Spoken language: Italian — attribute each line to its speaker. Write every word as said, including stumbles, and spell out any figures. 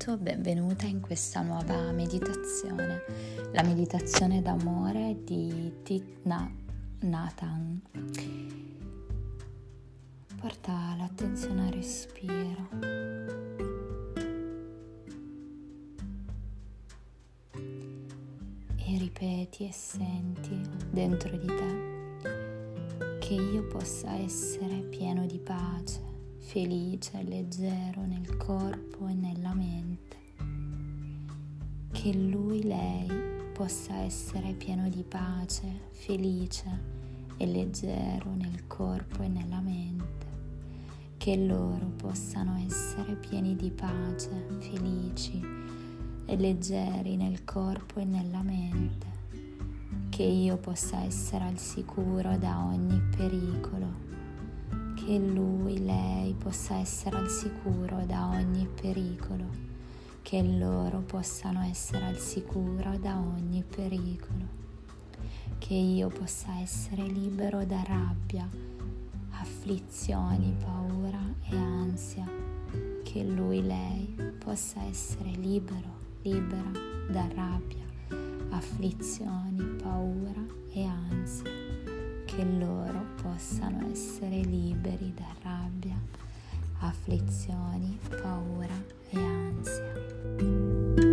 Speaker 1: benvenuto, benvenuta in questa nuova meditazione, la meditazione d'amore di Thich Nhat Hanh. Porta l'attenzione al respiro e ripeti e senti dentro di te che io possa essere pieno di pace, felice e leggero nel corpo e nella mente, che lui, lei possa essere pieno di pace, felice e leggero nel corpo e nella mente, che loro possano essere pieni di pace, felici e leggeri nel corpo e nella mente, che io possa essere al sicuro da ogni pericolo, che lui, lei possa essere al sicuro da ogni pericolo, che loro possano essere al sicuro da ogni pericolo, che io possa essere libero da rabbia, afflizioni, paura e ansia, che lui, lei possa essere libero, libera da rabbia, afflizioni, paura e ansia, che loro possano essere liberi da rabbia, afflizioni, paura e ansia.